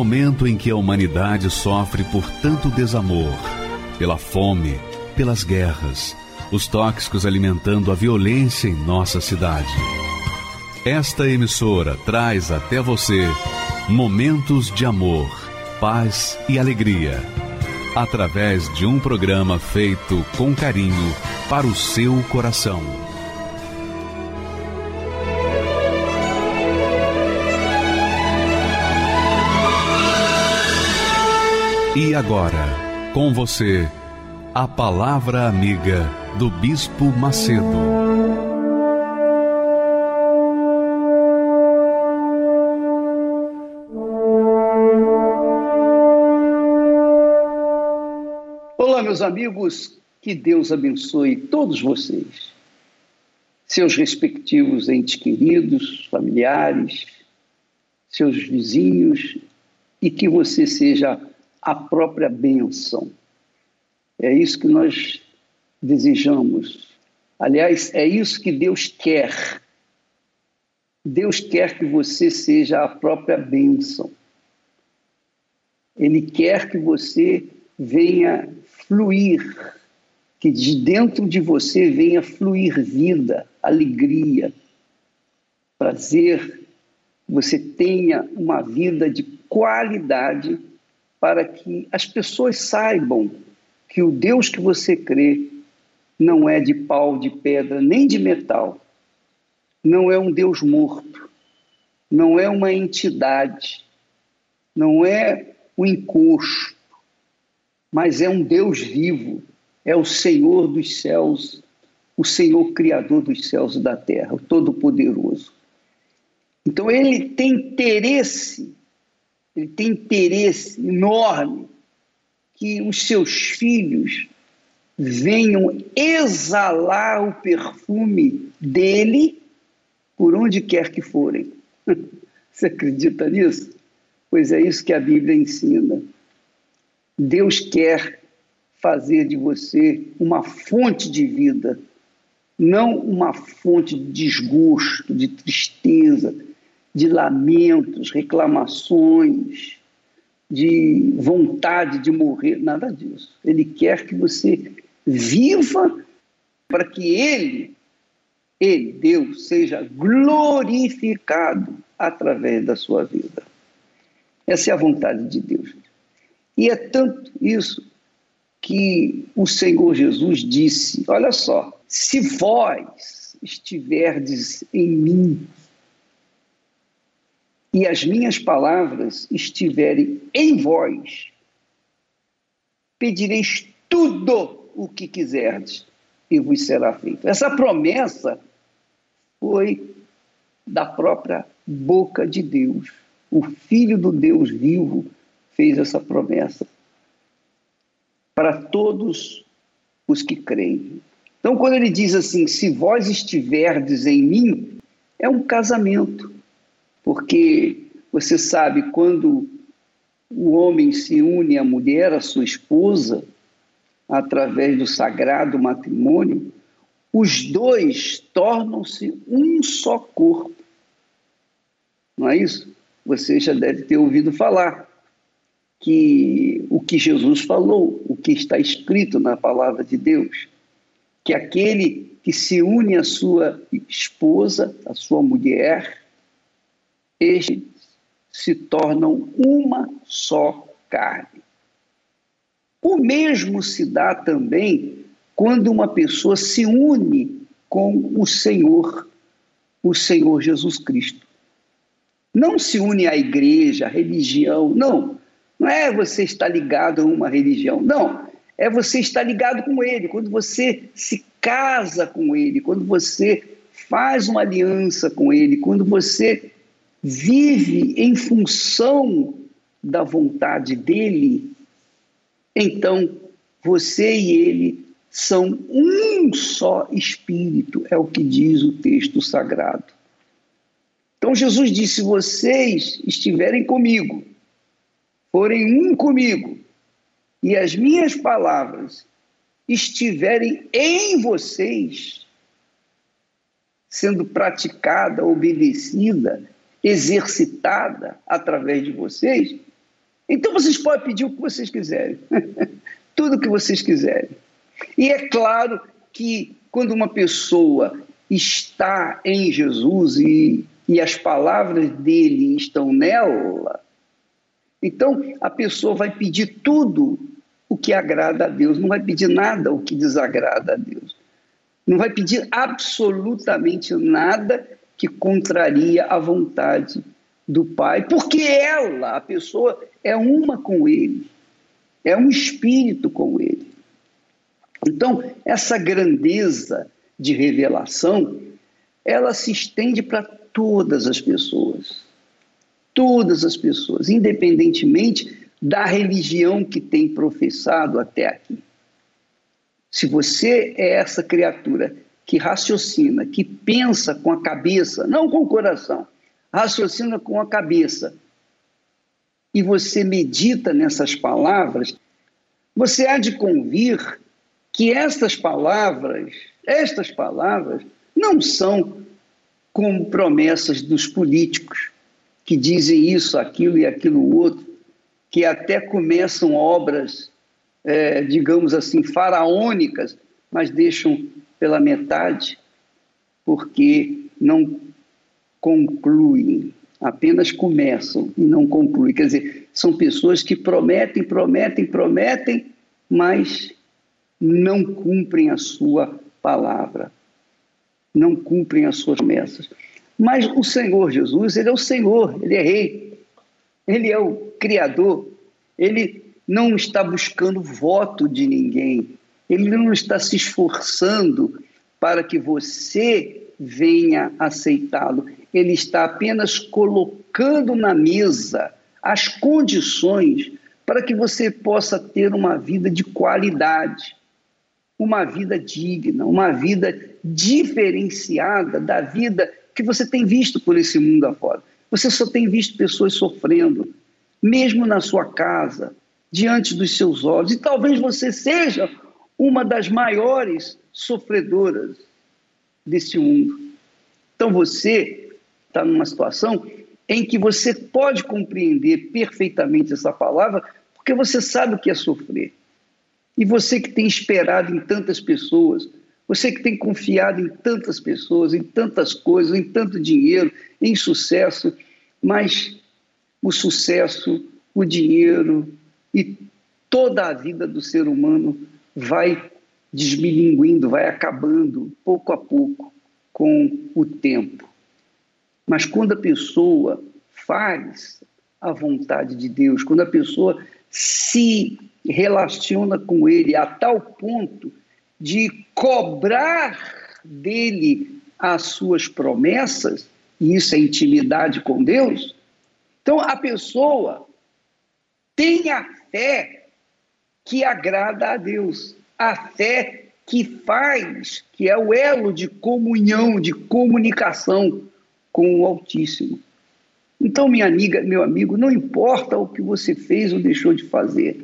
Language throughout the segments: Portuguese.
momento em que a humanidade sofre por tanto desamor, pela fome, pelas guerras, os tóxicos alimentando a violência em nossa cidade. Esta emissora traz até você momentos de amor, paz e alegria, através de um programa feito com carinho para o seu coração. E agora, com você, a Palavra Amiga do Bispo Macedo. Olá, meus amigos, que Deus abençoe todos vocês, seus respectivos entes queridos, familiares, seus vizinhos, e que você seja a própria bênção. É isso que nós desejamos. Aliás, é isso que Deus quer. Deus quer que você seja a própria bênção. Ele quer que você venha fluir, que de dentro de você venha fluir vida, alegria, prazer, que você tenha uma vida de qualidade, para que as pessoas saibam que o Deus que você crê não é de pau, de pedra, nem de metal. Não é um Deus morto, não é uma entidade, não é um encosto, mas é um Deus vivo, é o Senhor dos céus, o Senhor Criador dos céus e da terra, o Todo-Poderoso. Então ele tem interesse enorme que os seus filhos venham exalar o perfume dele por onde quer que forem. Você acredita nisso? Pois é isso que a Bíblia ensina. Deus quer fazer de você uma fonte de vida, não uma fonte de desgosto, de tristeza, de lamentos, reclamações, de vontade de morrer, nada disso. Ele quer que você viva para que Ele, Deus, seja glorificado através da sua vida. Essa é a vontade de Deus. E é tanto isso que o Senhor Jesus disse, olha só, se vós estiverdes em mim, e as minhas palavras estiverem em vós, pedireis tudo o que quiserdes e vos será feito. Essa promessa foi da própria boca de Deus. O Filho do Deus vivo fez essa promessa para todos os que creem. Então, quando ele diz assim, se vós estiverdes em mim, é um casamento. Porque você sabe, quando o homem se une à mulher, à sua esposa, através do sagrado matrimônio, os dois tornam-se um só corpo. Não é isso? Você já deve ter ouvido falar que o que Jesus falou, o que está escrito na palavra de Deus, que aquele que se une à sua esposa, à sua mulher, estes se tornam uma só carne. O mesmo se dá também quando uma pessoa se une com o Senhor Jesus Cristo. Não se une à igreja, à religião, não é você estar ligado a uma religião, não, é você estar ligado com Ele, quando você se casa com Ele, quando você faz uma aliança com Ele, quando você vive em função da vontade dEle, então você e Ele são um só Espírito, é o que diz o texto sagrado. Então Jesus disse, se vocês estiverem comigo, forem um comigo, e as minhas palavras estiverem em vocês, sendo praticada, obedecida, exercitada através de vocês, Então vocês podem pedir o que vocês quiserem, tudo o que vocês quiserem. E é claro que quando uma pessoa está em Jesus e as palavras dele estão nela, então a pessoa vai pedir tudo o que agrada a Deus, não vai pedir nada o que desagrada a Deus. Não vai pedir absolutamente nada que contraria a vontade do Pai, porque ela, a pessoa, é uma com Ele, é um espírito com Ele. Então, essa grandeza de revelação, ela se estende para todas as pessoas, independentemente da religião que tem professado até aqui. Se você é essa criatura que raciocina, que pensa com a cabeça, não com o coração, raciocina com a cabeça, e você medita nessas palavras, você há de convir que estas palavras não são como promessas dos políticos, que dizem isso, aquilo e aquilo outro, que até começam obras, digamos assim, faraônicas, mas deixam pela metade, porque não concluem, apenas começam e não concluem. Quer dizer, são pessoas que prometem, mas não cumprem a sua palavra, não cumprem as suas promessas. Mas o Senhor Jesus, Ele é o Senhor, Ele é Rei, Ele é o Criador, Ele não está buscando voto de ninguém, Ele não está se esforçando para que você venha aceitá-lo. Ele está apenas colocando na mesa as condições para que você possa ter uma vida de qualidade, uma vida digna, uma vida diferenciada da vida que você tem visto por esse mundo afora. Você só tem visto pessoas sofrendo, mesmo na sua casa, diante dos seus olhos. E talvez você seja uma das maiores sofredoras desse mundo. Então você está numa situação em que você pode compreender perfeitamente essa palavra, porque você sabe o que é sofrer. E você que tem esperado em tantas pessoas, você que tem confiado em tantas pessoas, em tantas coisas, em tanto dinheiro, em sucesso, mas o sucesso, o dinheiro e toda a vida do ser humano vai desmilinguindo, vai acabando pouco a pouco com o tempo. Mas quando a pessoa faz a vontade de Deus, quando a pessoa se relaciona com Ele a tal ponto de cobrar dele as suas promessas, e isso é intimidade com Deus, então a pessoa tem a fé que agrada a Deus, a fé que faz, que é o elo de comunhão, de comunicação com o Altíssimo. Então, minha amiga, meu amigo, não importa o que você fez ou deixou de fazer,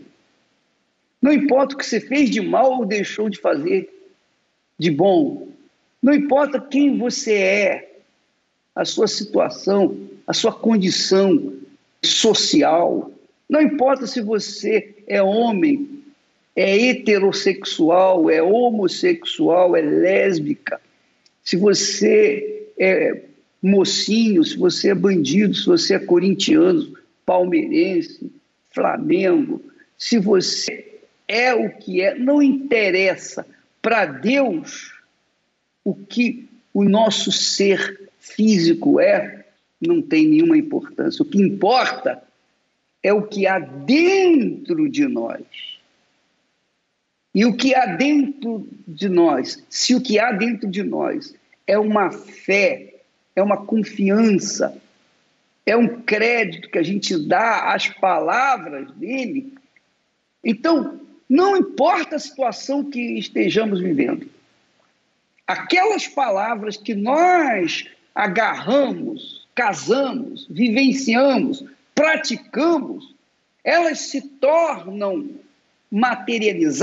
não importa o que você fez de mal ou deixou de fazer de bom, não importa quem você é, a sua situação, a sua condição social, não importa se você é homem, é heterossexual, é homossexual, é lésbica, se você é mocinho, se você é bandido, se você é corintiano, palmeirense, Flamengo, se você é o que é, não interessa. Para Deus, o que o nosso ser físico é, não tem nenhuma importância. O que importa é o que há dentro de nós. E o que há dentro de nós, se o que há dentro de nós é uma fé, é uma confiança, é um crédito que a gente dá às palavras dele, então não importa a situação que estejamos vivendo, aquelas palavras que nós agarramos, casamos, vivenciamos, praticamos, elas se tornam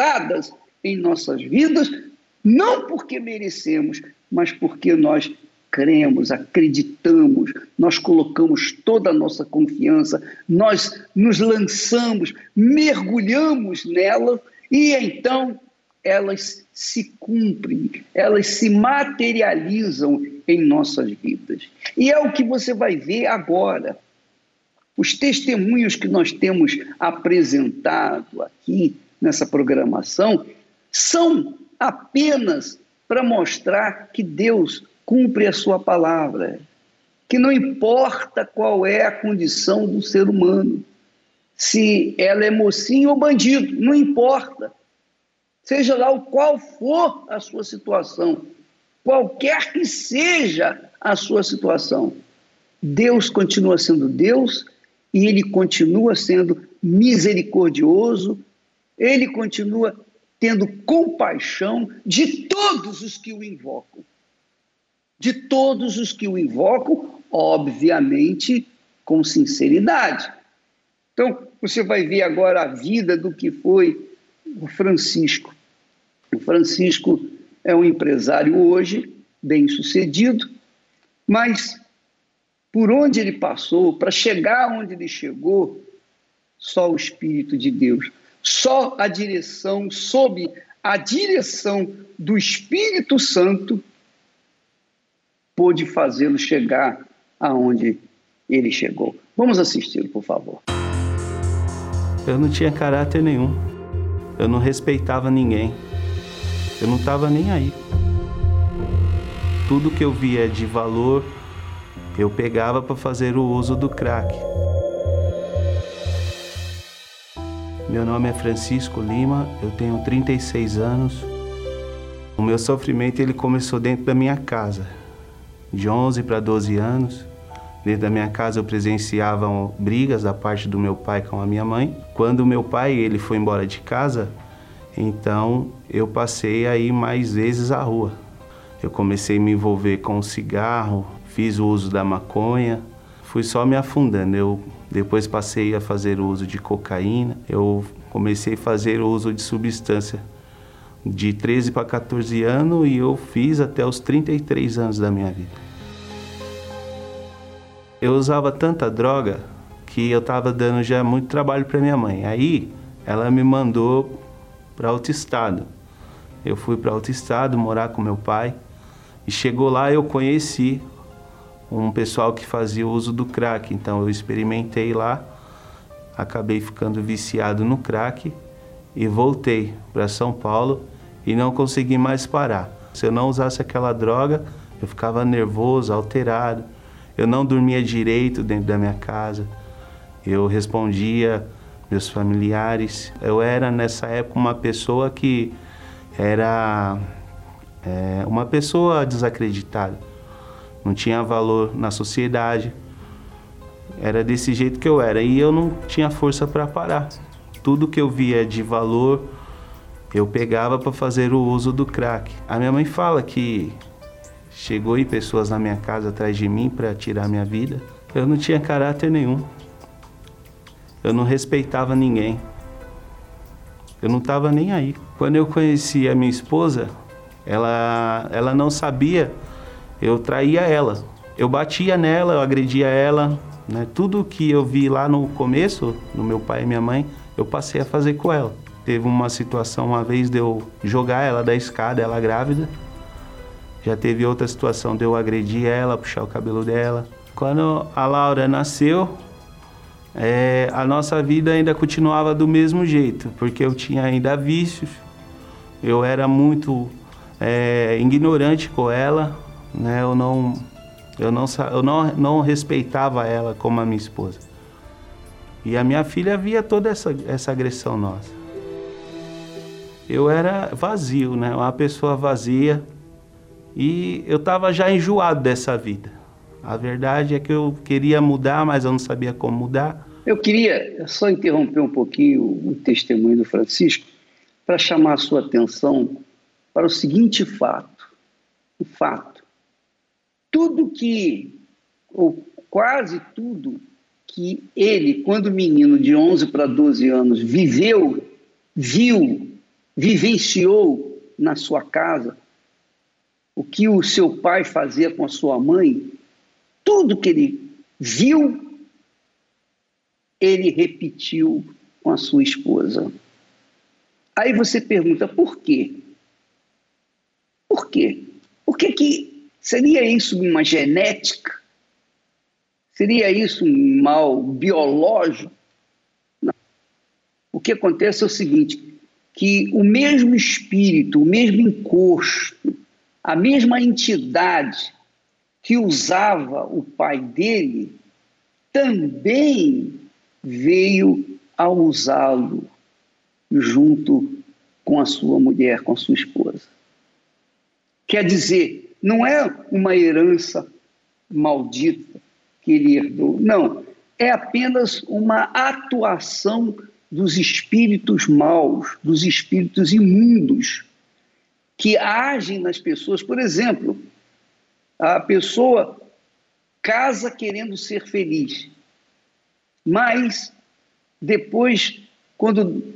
materializadas em nossas vidas, não porque merecemos, mas porque nós cremos, acreditamos, nós colocamos toda a nossa confiança, nós nos lançamos, mergulhamos nela e então elas se cumprem, elas se materializam em nossas vidas. E é o que você vai ver agora. Os testemunhos que nós temos apresentado aqui nessa programação são apenas para mostrar que Deus cumpre a sua palavra, que não importa qual é a condição do ser humano, se ela é mocinho ou bandido, não importa. Seja lá o qual for a sua situação, qualquer que seja a sua situação, Deus continua sendo Deus e Ele continua sendo misericordioso, Ele continua tendo compaixão de todos os que o invocam. De todos os que o invocam, obviamente, com sinceridade. Então, você vai ver agora a vida do que foi o Francisco. O Francisco é um empresário hoje, bem-sucedido, mas por onde ele passou, para chegar onde ele chegou, só o Espírito de Deus, só a direção, sob a direção do Espírito Santo, pôde fazê-lo chegar aonde ele chegou. Vamos assisti-lo, por favor. Eu não tinha caráter nenhum. Eu não respeitava ninguém. Eu não estava nem aí. Tudo que eu via de valor, eu pegava para fazer o uso do crack. Meu nome é Francisco Lima, eu tenho 36 anos. O meu sofrimento ele começou dentro da minha casa. De 11 para 12 anos, dentro da minha casa eu presenciava brigas da parte do meu pai com a minha mãe. Quando o meu pai ele foi embora de casa, então eu passei a ir mais vezes à rua. Eu comecei a me envolver com o cigarro, fiz o uso da maconha, fui só me afundando. Eu depois passei a fazer o uso de cocaína, eu comecei a fazer o uso de substância de 13 para 14 anos e eu fiz até os 33 anos da minha vida. Eu usava tanta droga que eu estava dando já muito trabalho para minha mãe. Aí ela me mandou para outro estado. Eu fui para outro estado morar com meu pai e chegou lá eu conheci um pessoal que fazia o uso do crack. Então eu experimentei lá, acabei ficando viciado no crack e voltei para São Paulo e não consegui mais parar. Se eu não usasse aquela droga, eu ficava nervoso, alterado. Eu não dormia direito dentro da minha casa. Eu respondia meus familiares. Eu era, nessa época, uma pessoa que era uma pessoa desacreditada. Não tinha valor na sociedade. Era desse jeito que eu era. E eu não tinha força para parar. Tudo que eu via de valor, eu pegava para fazer o uso do crack. A minha mãe fala que chegou aí pessoas na minha casa atrás de mim para tirar minha vida. Eu não tinha caráter nenhum. Eu não respeitava ninguém. Eu não estava nem aí. Quando eu conheci a minha esposa, ela não sabia, eu traía ela. Eu batia nela, eu agredia ela, né? Tudo que eu vi lá no começo, no meu pai e minha mãe, eu passei a fazer com ela. Teve uma situação uma vez de eu jogar ela da escada, ela grávida. Já teve outra situação de eu agredir ela, puxar o cabelo dela. Quando a Laura nasceu, a nossa vida ainda continuava do mesmo jeito, porque eu tinha ainda vícios, eu era muito ignorante com ela, né? Eu não respeitava ela como a minha esposa. E a minha filha via toda essa agressão nossa. Eu era vazio, né? Uma pessoa vazia. E eu estava já enjoado dessa vida. A verdade é que eu queria mudar, mas eu não sabia como mudar. Eu queria só interromper um pouquinho o testemunho do Francisco para chamar a sua atenção para o seguinte fato. O fato. Tudo que, ou quase tudo que ele, quando menino de 11 para 12 anos, viveu, viu, vivenciou na sua casa, o o que o seu pai fazia com a sua mãe, tudo que ele viu, ele repetiu com a sua esposa. Aí você pergunta, por quê? Por quê? Por que seria isso uma genética? Seria isso um mal biológico? Não. O que acontece é o seguinte, que o mesmo espírito, o mesmo encosto, a mesma entidade que usava o pai dele, também veio a usá-lo junto com a sua mulher, com a sua esposa. Quer dizer, não é uma herança maldita que ele herdou, não. É apenas uma atuação dos espíritos maus, dos espíritos imundos, que agem nas pessoas. Por exemplo, a pessoa casa querendo ser feliz, mas depois, quando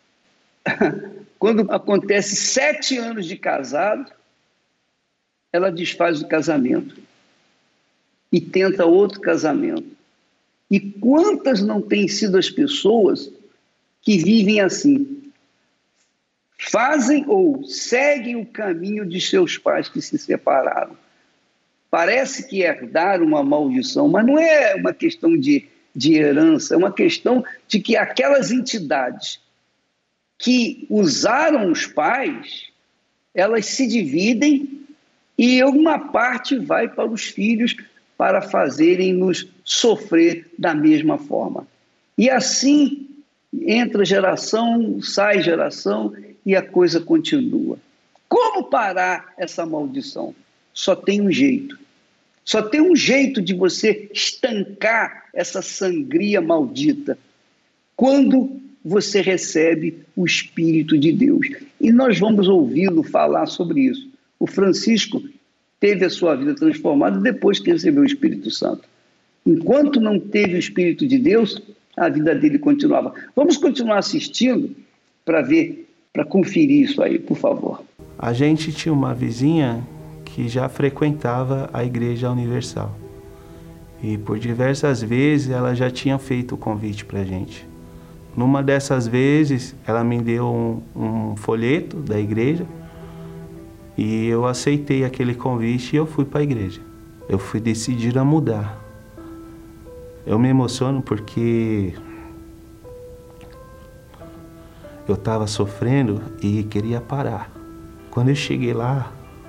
acontece 7 anos de casado, ela desfaz o casamento e tenta outro casamento. E quantas não têm sido as pessoas que vivem assim? Fazem ou seguem o caminho de seus pais que se separaram. Parece que herdaram uma maldição, mas não é uma questão de herança, é uma questão de que aquelas entidades que usaram os pais, elas se dividem e uma parte vai para os filhos para fazerem-nos sofrer da mesma forma. E assim entra geração, sai geração e a coisa continua. Como parar essa maldição? Só tem um jeito. Só tem um jeito de você estancar essa sangria maldita. Quando você recebe o Espírito de Deus. E nós vamos ouvi-lo falar sobre isso. O Francisco teve a sua vida transformada depois que recebeu o Espírito Santo. Enquanto não teve o Espírito de Deus, a vida dele continuava. Vamos continuar assistindo para ver, para conferir isso aí, por favor. A gente tinha uma vizinha que já frequentava a Igreja Universal. E por diversas vezes ela já tinha feito o convite para a gente. Numa dessas vezes, ela me deu um folheto da igreja e eu aceitei aquele convite e eu fui para a igreja. Eu fui decidido a mudar. Eu me emociono porque eu estava sofrendo e queria parar. Quando eu cheguei lá,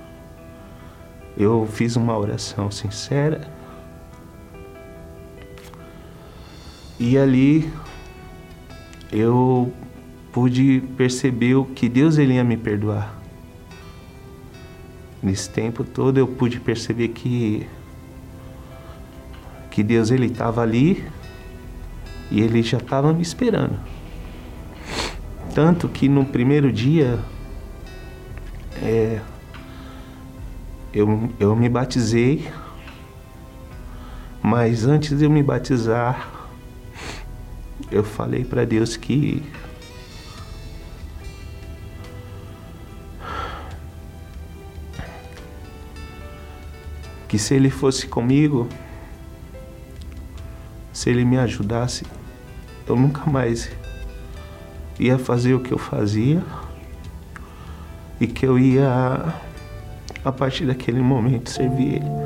eu fiz uma oração sincera e ali eu pude perceber que Deus ele ia me perdoar. Nesse tempo todo eu pude perceber que Deus ele estava ali e ele já estava me esperando. Tanto que no primeiro dia eu me batizei, mas antes de eu me batizar, eu falei para Deus que se Ele fosse comigo, se Ele me ajudasse, eu nunca mais ia fazer o que eu fazia e que eu ia, a partir daquele momento, servir Ele.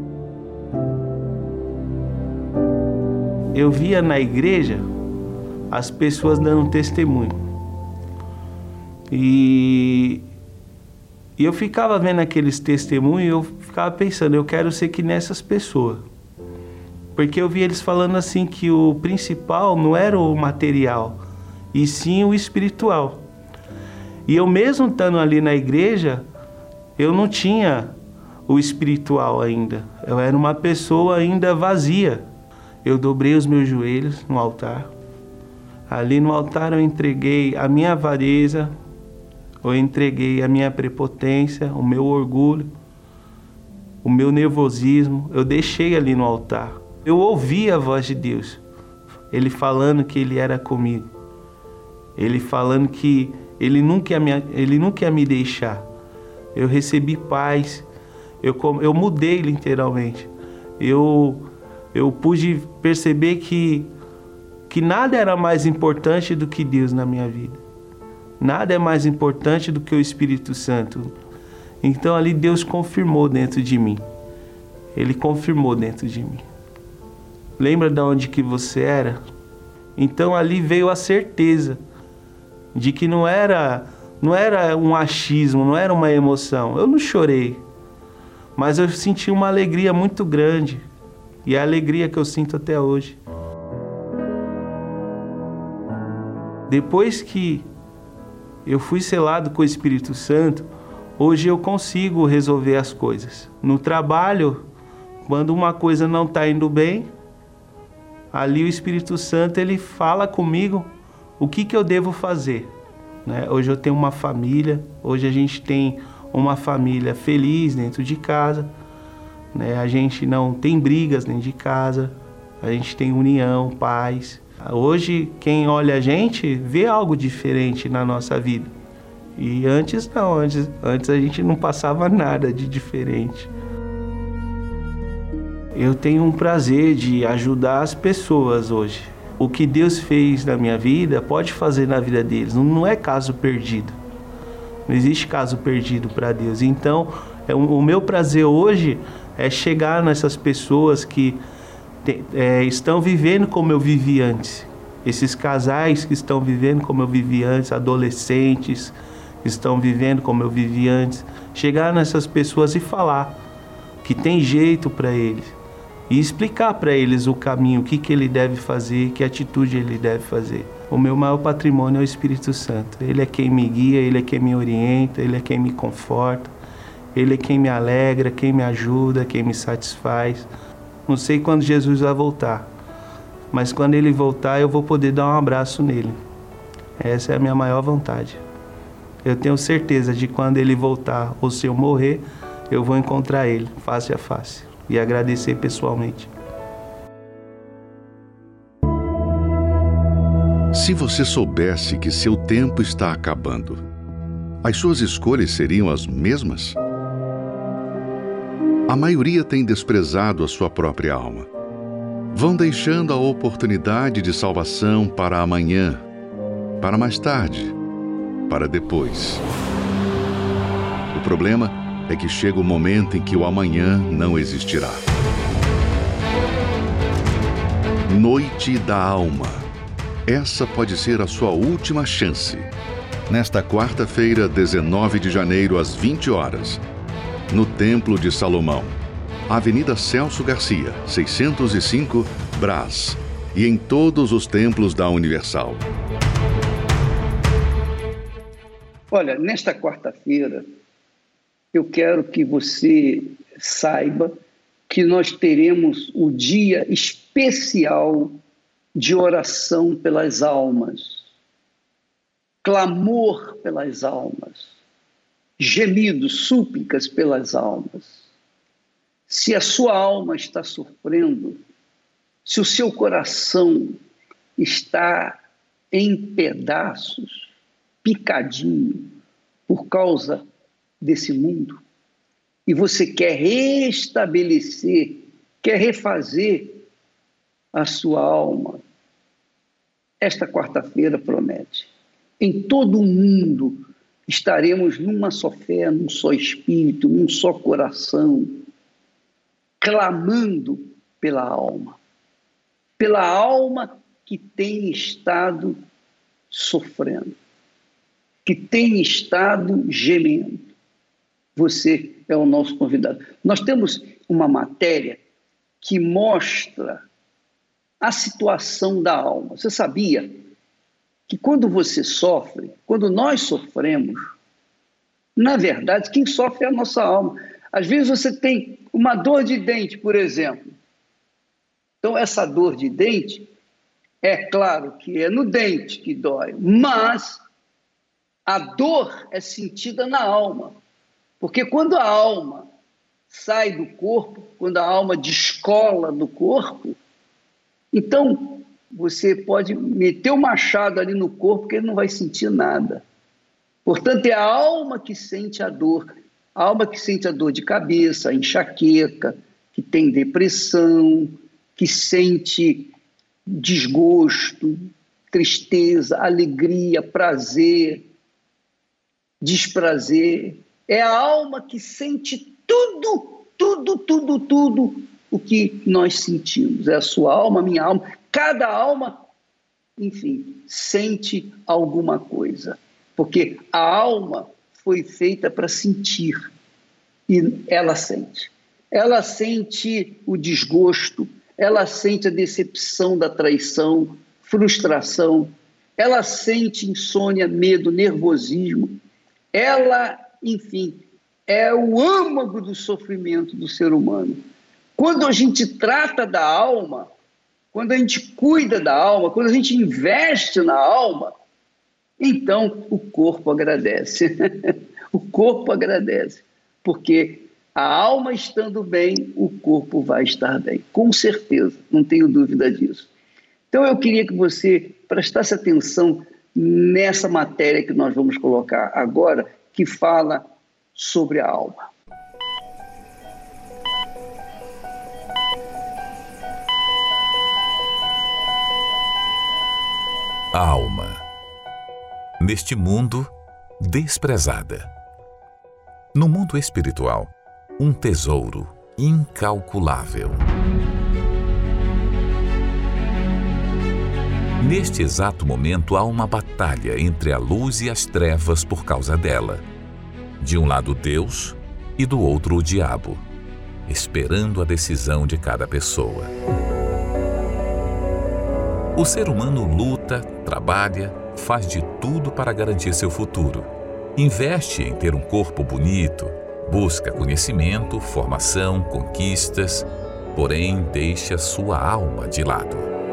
Eu via na igreja as pessoas dando testemunho. E eu ficava vendo aqueles testemunhos e eu ficava pensando, eu quero ser que nessas pessoas. Porque eu via eles falando assim que o principal não era o material, e sim o espiritual. E eu mesmo estando ali na igreja, eu não tinha o espiritual ainda. Eu era uma pessoa ainda vazia. Eu dobrei os meus joelhos no altar. Ali no altar eu entreguei a minha avareza, eu entreguei a minha prepotência, o meu orgulho, o meu nervosismo. Eu deixei ali no altar. Eu ouvi a voz de Deus, Ele falando que Ele era comigo. Ele falando que Ele nunca ia me deixar. Eu recebi paz, Eu mudei literalmente. Eu pude perceber que nada era mais importante do que Deus na minha vida. Nada é mais importante do que o Espírito Santo. Então ali Deus confirmou dentro de mim. Ele confirmou dentro de mim. Lembra de onde que você era? Então ali veio a certeza de que não era um achismo, não era uma emoção. Eu não chorei, mas eu senti uma alegria muito grande. E é a alegria que eu sinto até hoje. Depois que eu fui selado com o Espírito Santo, hoje eu consigo resolver as coisas. No trabalho, quando uma coisa não está indo bem, ali o Espírito Santo ele fala comigo o que eu devo fazer. Né? Hoje eu tenho uma família, hoje a gente tem uma família feliz dentro de casa. Né? A gente não tem brigas dentro de casa, a gente tem união, paz. Hoje quem olha a gente vê algo diferente na nossa vida. E antes não, antes a gente não passava nada de diferente. Eu tenho um prazer de ajudar as pessoas hoje. O que Deus fez na minha vida, pode fazer na vida deles. Não é caso perdido. Não existe caso perdido para Deus. Então, o meu prazer hoje é chegar nessas pessoas que estão vivendo como eu vivi antes. Esses casais que estão vivendo como eu vivi antes, adolescentes que estão vivendo como eu vivi antes. Chegar nessas pessoas e falar que tem jeito para eles. E explicar para eles o caminho, o que ele deve fazer, que atitude ele deve fazer. O meu maior patrimônio é o Espírito Santo. Ele é quem me guia, ele é quem me orienta, ele é quem me conforta, ele é quem me alegra, quem me ajuda, quem me satisfaz. Não sei quando Jesus vai voltar, mas quando ele voltar eu vou poder dar um abraço nele. Essa é a minha maior vontade. Eu tenho certeza de quando ele voltar, ou se eu morrer, eu vou encontrar ele face a face e agradecer pessoalmente. Se você soubesse que seu tempo está acabando, as suas escolhas seriam as mesmas? A maioria tem desprezado a sua própria alma. Vão deixando a oportunidade de salvação para amanhã, para mais tarde, para depois. O problema é que chega o momento em que o amanhã não existirá. Noite da Alma. Essa pode ser a sua última chance. Nesta quarta-feira, 19 de janeiro, às 20 horas, no Templo de Salomão, Avenida Celso Garcia, 605, Brás, e em todos os templos da Universal. Olha, nesta quarta-feira, eu quero que você saiba que nós teremos o dia especial de oração pelas almas, clamor pelas almas, gemidos, súplicas pelas almas. Se a sua alma está sofrendo, se o seu coração está em pedaços, picadinho, por causa desse mundo, e você quer restabelecer, quer refazer a sua alma, esta quarta-feira promete. Em todo o mundo estaremos numa só fé, num só espírito, num só coração, clamando pela alma que tem estado sofrendo, que tem estado gemendo. Você é o nosso convidado. Nós temos uma matéria que mostra a situação da alma. Você sabia que quando você sofre, quando nós sofremos, na verdade, quem sofre é a nossa alma. Às vezes você tem uma dor de dente, por exemplo. Então, essa dor de dente, é claro que é no dente que dói, mas a dor é sentida na alma. Porque quando a alma sai do corpo, quando a alma descola do corpo, então você pode meter o machado ali no corpo que ele não vai sentir nada. Portanto, é a alma que sente a dor. A alma que sente a dor de cabeça, a enxaqueca, que tem depressão, que sente desgosto, tristeza, alegria, prazer, desprazer. É a alma que sente tudo o que nós sentimos. É a sua alma, a minha alma. Cada alma, enfim, sente alguma coisa. Porque a alma foi feita para sentir. E ela sente. Ela sente o desgosto, ela sente a decepção da traição, frustração, ela sente insônia, medo, nervosismo. Ela, enfim, é o âmago do sofrimento do ser humano. Quando a gente trata da alma, quando a gente cuida da alma, quando a gente investe na alma, então o corpo agradece. O corpo agradece, porque a alma estando bem, o corpo vai estar bem, com certeza, não tenho dúvida disso. Então eu queria que você prestasse atenção nessa matéria que nós vamos colocar agora, que fala sobre a alma. A alma, neste mundo, desprezada. No mundo espiritual, um tesouro incalculável. Neste exato momento há uma batalha entre a luz e as trevas por causa dela. De um lado Deus e do outro o diabo, esperando a decisão de cada pessoa. O ser humano luta, trabalha, faz de tudo para garantir seu futuro. Investe em ter um corpo bonito, busca conhecimento, formação, conquistas, porém deixa sua alma de lado.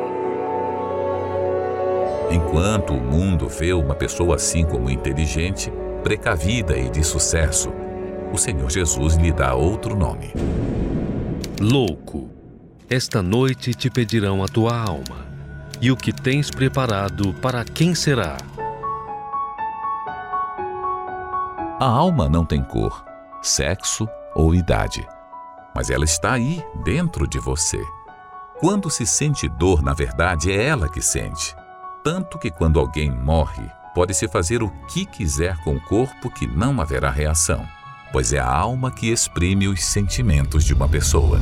Enquanto o mundo vê uma pessoa assim como inteligente, precavida e de sucesso, o Senhor Jesus lhe dá outro nome. Louco, esta noite te pedirão a tua alma, e o que tens preparado para quem será? A alma não tem cor, sexo ou idade, mas ela está aí, dentro de você. Quando se sente dor, na verdade, é ela que sente. Tanto que quando alguém morre, pode-se fazer o que quiser com o corpo que não haverá reação, pois é a alma que exprime os sentimentos de uma pessoa.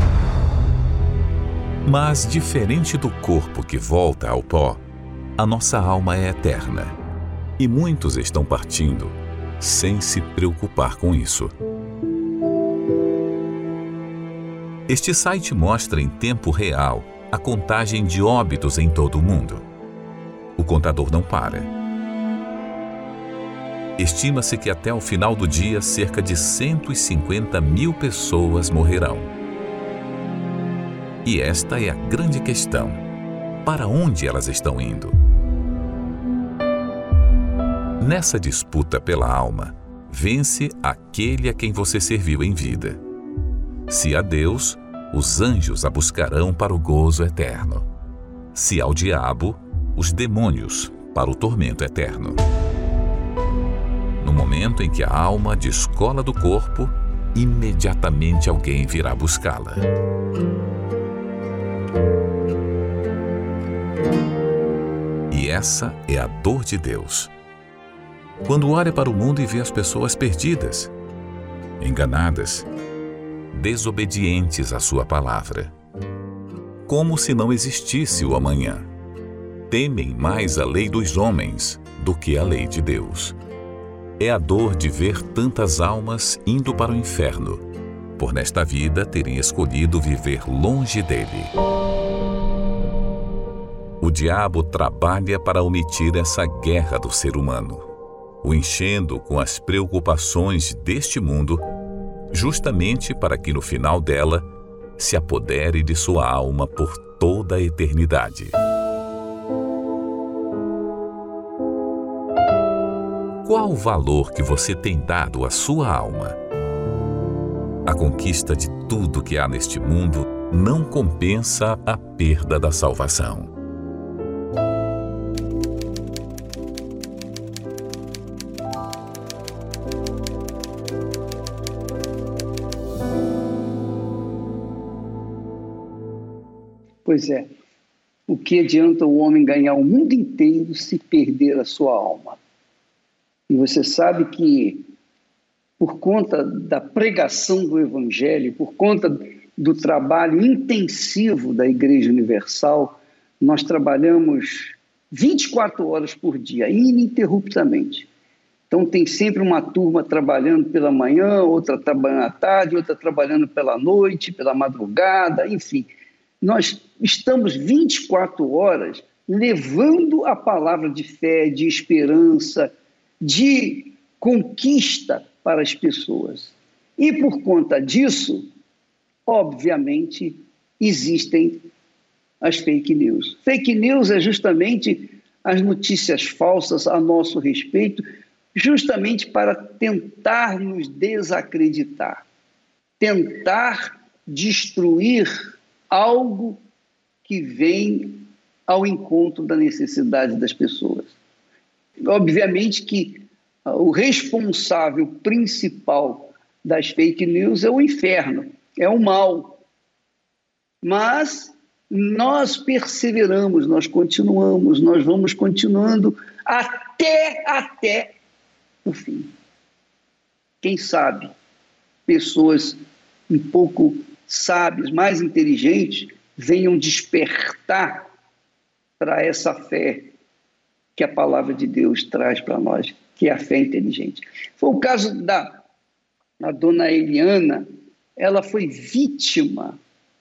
Mas, diferente do corpo que volta ao pó, a nossa alma é eterna. E muitos estão partindo sem se preocupar com isso. Este site mostra em tempo real a contagem de óbitos em todo o mundo. O contador não para. Estima-se que até o final do dia, cerca de 150 mil pessoas morrerão. E esta é a grande questão: para onde elas estão indo? Nessa disputa pela alma, vence aquele a quem você serviu em vida. Se a Deus, os anjos a buscarão para o gozo eterno. Se ao diabo, os demônios para o tormento eterno. No momento em que a alma descola do corpo, imediatamente alguém virá buscá-la. E essa é a dor de Deus. Quando olha para o mundo e vê as pessoas perdidas, enganadas, desobedientes à sua palavra, como se não existisse o amanhã. Temem mais a lei dos homens do que a lei de Deus. É a dor de ver tantas almas indo para o inferno, por nesta vida terem escolhido viver longe dele. O diabo trabalha para omitir essa guerra do ser humano, o enchendo com as preocupações deste mundo, justamente para que no final dela se apodere de sua alma por toda a eternidade. Qual o valor que você tem dado à sua alma? A conquista de tudo que há neste mundo não compensa a perda da salvação. Pois é. O que adianta o homem ganhar o mundo inteiro se perder a sua alma? E você sabe que, por conta da pregação do Evangelho, por conta do trabalho intensivo da Igreja Universal, nós trabalhamos 24 horas por dia, ininterruptamente. Então tem sempre uma turma trabalhando pela manhã, outra trabalhando à tarde, outra trabalhando pela noite, pela madrugada, enfim. Nós estamos 24 horas levando a palavra de fé, de esperança, de conquista para as pessoas. E por conta disso, obviamente, existem as fake news. Fake news é justamente as notícias falsas a nosso respeito, justamente para tentar nos desacreditar, tentar destruir algo que vem ao encontro da necessidade das pessoas. Obviamente que o responsável principal das fake news é o inferno, é o mal. Mas nós perseveramos, nós continuamos, nós vamos continuando até o fim. Quem sabe pessoas um pouco sábias, mais inteligentes, venham despertar para essa fé que a palavra de Deus traz para nós, que é a fé inteligente. Foi o caso da dona Eliana. Ela foi vítima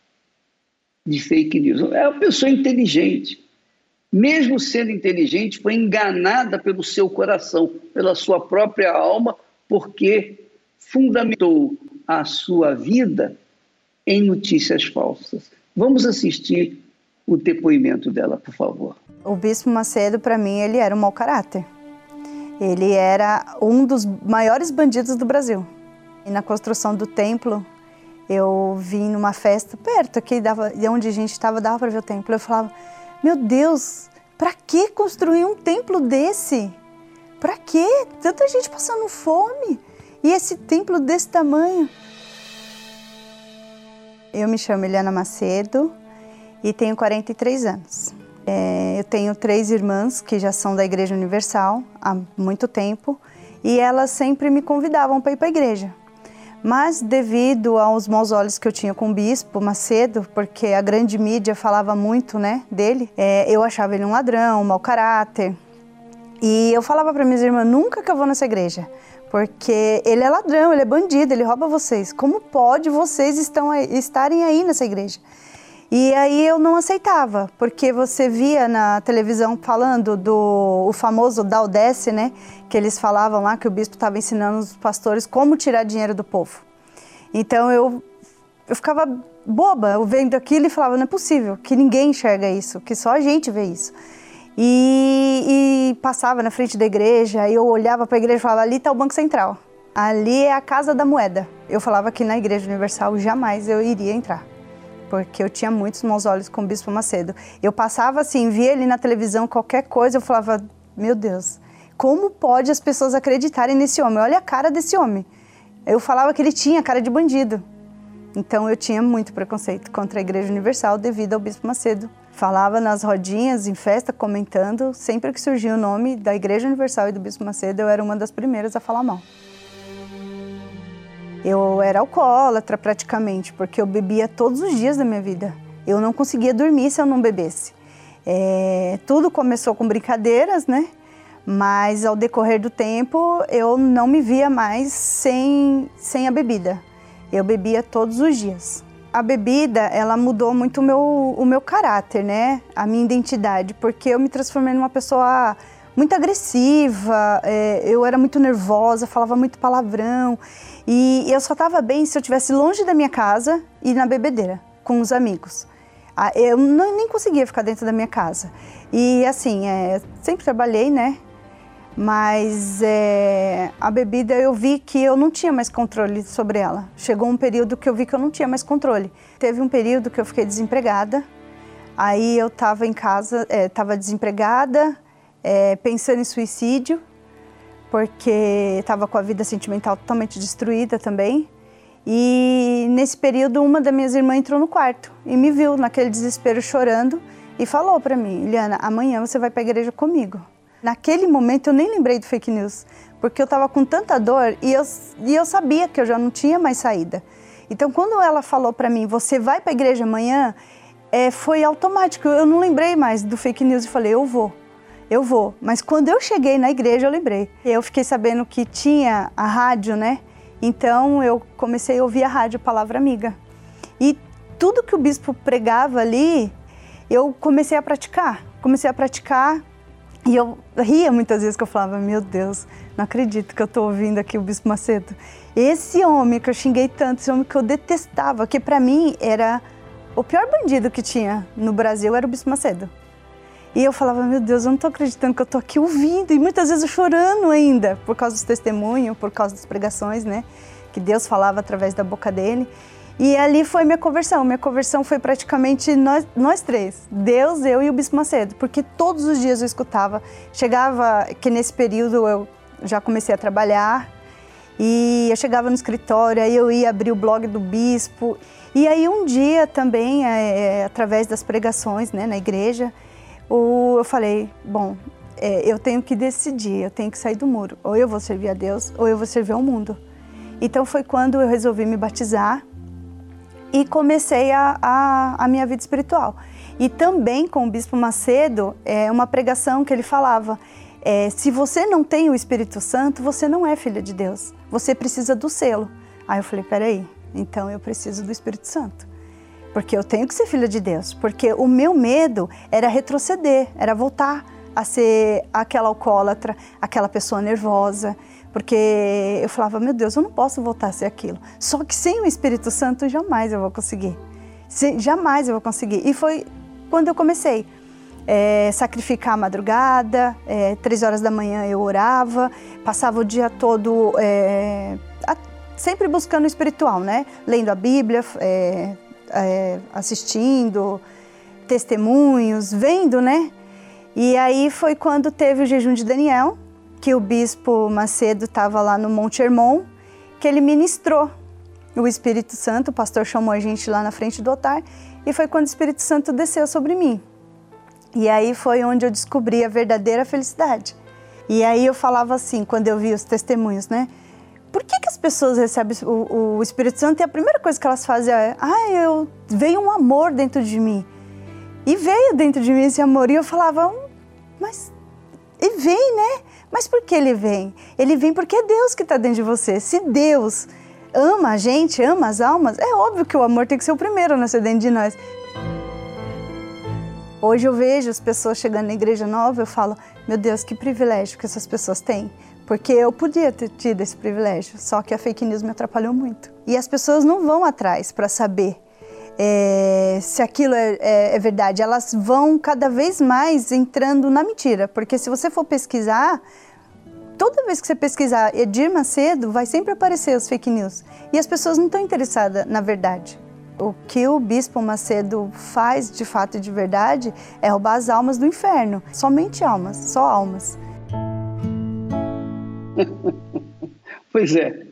de fake news. É uma pessoa inteligente. Mesmo sendo inteligente, foi enganada pelo seu coração, pela sua própria alma, porque fundamentou a sua vida em notícias falsas. Vamos assistir o depoimento dela, por favor. O Bispo Macedo, para mim, ele era um mau caráter. Ele era um dos maiores bandidos do Brasil. E na construção do templo, eu vim numa festa perto aqui, de onde a gente estava, dava para ver o templo. Eu falava, meu Deus, para que construir um templo desse? Para quê? Tanta gente passando fome. E esse templo desse tamanho? Eu me chamo Eliana Macedo e tenho 43 anos. Eu tenho 3 irmãs que já são da Igreja Universal há muito tempo e elas sempre me convidavam para ir para a igreja. Mas devido aos maus olhos que eu tinha com o Bispo Macedo, porque a grande mídia falava muito, né, dele, eu achava ele um ladrão, um mau caráter. E eu falava para minhas irmãs, nunca que eu vou nessa igreja, porque ele é ladrão, ele é bandido, ele rouba vocês. Como pode vocês estarem aí nessa igreja? E aí eu não aceitava, porque você via na televisão falando o famoso Daudece, né? Que eles falavam lá que o bispo estava ensinando os pastores como tirar dinheiro do povo. Então eu ficava boba, eu vendo aquilo e falava, não é possível, que ninguém enxerga isso, que só a gente vê isso. E passava na frente da igreja, e eu olhava para a igreja e falava, ali está o Banco Central, ali é a Casa da Moeda. Eu falava que na Igreja Universal jamais eu iria entrar, porque eu tinha muitos maus olhos com o Bispo Macedo. Eu passava assim, via ele na televisão, qualquer coisa, eu falava, meu Deus, como pode as pessoas acreditarem nesse homem? Olha a cara desse homem. Eu falava que ele tinha cara de bandido. Então eu tinha muito preconceito contra a Igreja Universal devido ao Bispo Macedo. Falava nas rodinhas, em festa, comentando, sempre que surgia o nome da Igreja Universal e do Bispo Macedo, eu era uma das primeiras a falar mal. Eu era alcoólatra praticamente, porque eu bebia todos os dias da minha vida. Eu não conseguia dormir se eu não bebesse. Tudo começou com brincadeiras, né? Mas ao decorrer do tempo, eu não me via mais sem a bebida. Eu bebia todos os dias. A bebida, ela mudou muito o meu caráter, né? A minha identidade, porque eu me transformei numa pessoa muito agressiva, eu era muito nervosa, falava muito palavrão. E eu só estava bem se eu estivesse longe da minha casa e na bebedeira, com os amigos. Eu nem conseguia ficar dentro da minha casa. E assim, sempre trabalhei, né? Mas a bebida eu vi que eu não tinha mais controle sobre ela. Chegou um período que eu vi que eu não tinha mais controle. Teve um período que eu fiquei desempregada. Aí eu estava em casa, estava desempregada, pensando em suicídio, porque estava com a vida sentimental totalmente destruída também. E nesse período, uma das minhas irmãs entrou no quarto e me viu naquele desespero chorando e falou para mim: Eliana, amanhã você vai para a igreja comigo. Naquele momento eu nem lembrei do fake news, porque eu estava com tanta dor e eu sabia que eu já não tinha mais saída. Então, quando ela falou para mim, você vai para a igreja amanhã, foi automático. Eu não lembrei mais do fake news e falei, eu vou. Mas quando eu cheguei na igreja, eu lembrei. Eu fiquei sabendo que tinha a rádio, né? Então, eu comecei a ouvir a rádio Palavra Amiga. E tudo que o bispo pregava ali, eu comecei a praticar. E eu ria muitas vezes, que eu falava, meu Deus, não acredito que eu estou ouvindo aqui o Bispo Macedo. Esse homem que eu xinguei tanto, esse homem que eu detestava, que para mim era o pior bandido que tinha no Brasil, era o Bispo Macedo. E eu falava, meu Deus, eu não estou acreditando que eu estou aqui ouvindo, e muitas vezes eu chorando ainda, por causa dos testemunhos, por causa das pregações, né? Que Deus falava através da boca dele. E ali foi minha conversão. Minha conversão foi praticamente nós três, Deus, eu e o Bispo Macedo, porque todos os dias eu escutava. Chegava, que nesse período eu já comecei a trabalhar, e eu chegava no escritório, aí eu ia abrir o blog do bispo. E aí um dia também, através das pregações, né, na igreja, eu falei, bom, eu tenho que decidir, eu tenho que sair do muro. Ou eu vou servir a Deus, ou eu vou servir ao mundo. Então foi quando eu resolvi me batizar e comecei a minha vida espiritual. E também com o Bispo Macedo, uma pregação que ele falava, se você não tem o Espírito Santo, você não é filha de Deus, você precisa do selo. Aí eu falei, peraí, então eu preciso do Espírito Santo, porque eu tenho que ser filha de Deus, porque o meu medo era retroceder, era voltar a ser aquela alcoólatra, aquela pessoa nervosa, porque eu falava, meu Deus, eu não posso voltar a ser aquilo. Só que sem o Espírito Santo, jamais eu vou conseguir. Jamais eu vou conseguir. E foi quando eu comecei a sacrificar a madrugada, 3 horas da manhã eu orava, passava o dia todo sempre buscando o espiritual, né? Lendo a Bíblia, assistindo, testemunhos, vendo, né? E aí foi quando teve o jejum de Daniel, que o Bispo Macedo estava lá no Monte Hermon, que ele ministrou o Espírito Santo, o pastor chamou a gente lá na frente do altar, e foi quando o Espírito Santo desceu sobre mim. E aí foi onde eu descobri a verdadeira felicidade. E aí eu falava assim, quando eu vi os testemunhos, né? Por que as pessoas recebem o Espírito Santo e a primeira coisa que elas fazem é, veio um amor dentro de mim. E veio dentro de mim esse amor. E eu falava, mas ele vem, né? Mas por que ele vem? Ele vem porque é Deus que está dentro de você. Se Deus ama a gente, ama as almas, é óbvio que o amor tem que ser o primeiro a nascer dentro de nós. Hoje eu vejo as pessoas chegando na igreja nova, eu falo, meu Deus, que privilégio que essas pessoas têm. Porque eu podia ter tido esse privilégio, só que a fake news me atrapalhou muito. E as pessoas não vão atrás para saber se aquilo é verdade. Elas vão cada vez mais entrando na mentira. Porque se você for pesquisar, toda vez que você pesquisar Edir Macedo, vai sempre aparecer os fake news. E as pessoas não estão interessadas na verdade. O que o Bispo Macedo faz de fato e de verdade é roubar as almas do inferno. Somente almas, só almas. Pois é.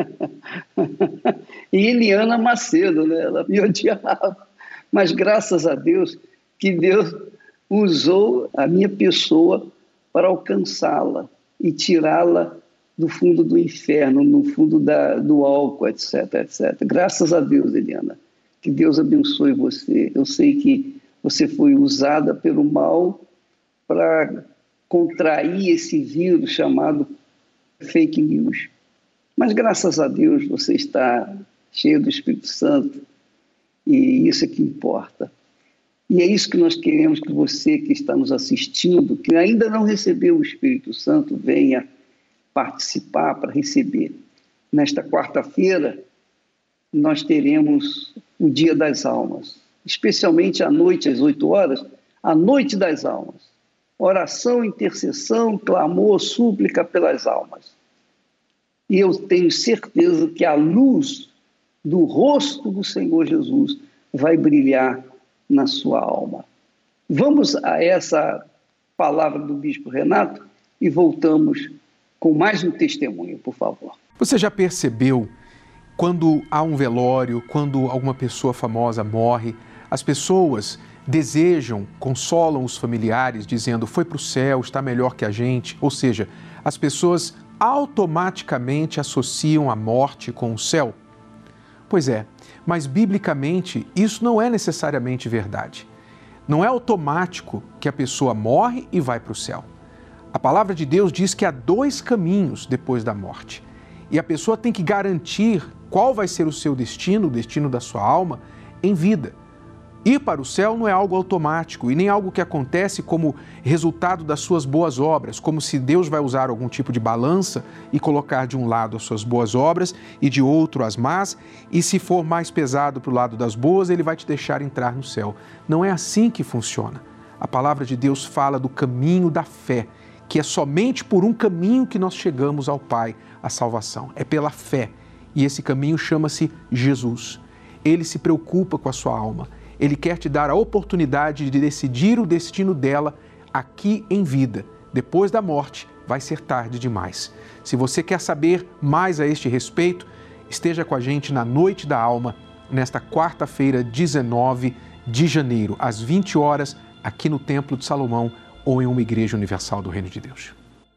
E Eliana Macedo, né? Ela me odiava. Mas graças a Deus, que Deus usou a minha pessoa para alcançá-la e tirá-la do fundo do inferno, no fundo do álcool, etc, etc. Graças a Deus, Eliana. Que Deus abençoe você. Eu sei que você foi usada pelo mal para contrair esse vírus chamado fake news. Mas graças a Deus você está cheio do Espírito Santo e isso é que importa. E é isso que nós queremos que você que está nos assistindo, que ainda não recebeu o Espírito Santo, venha participar para receber. Nesta quarta-feira, nós teremos o Dia das Almas, especialmente à noite, às 8 horas, a Noite das Almas. Oração, intercessão, clamor, súplica pelas almas. E eu tenho certeza que a luz do rosto do Senhor Jesus vai brilhar na sua alma. Vamos a essa palavra do Bispo Renato e voltamos com mais um testemunho, por favor. Você já percebeu Quando há um velório, quando alguma pessoa famosa morre, as pessoas desejam, consolam os familiares, dizendo: foi para o céu, está melhor que a gente. Ou seja, as pessoas automaticamente associam a morte com o céu. Pois é, mas biblicamente isso não é necessariamente verdade. Não é automático que a pessoa morre e vai para o céu. A palavra de Deus diz que há 2 caminhos depois da morte. E a pessoa tem que garantir qual vai ser o seu destino, o destino da sua alma, em vida. Ir para o céu não é algo automático e nem algo que acontece como resultado das suas boas obras, como se Deus vai usar algum tipo de balança e colocar de um lado as suas boas obras e de outro as más, e se for mais pesado para o lado das boas, Ele vai te deixar entrar no céu. Não é assim que funciona. A palavra de Deus fala do caminho da fé, que é somente por um caminho que nós chegamos ao Pai, a salvação. É pela fé. E esse caminho chama-se Jesus. Ele se preocupa com a sua alma. Ele quer te dar a oportunidade de decidir o destino dela aqui em vida. Depois da morte, vai ser tarde demais. Se você quer saber mais a este respeito, esteja com a gente na Noite da Alma, nesta quarta-feira, 19 de janeiro, às 20 horas, aqui no Templo de Salomão ou em uma igreja universal do Reino de Deus.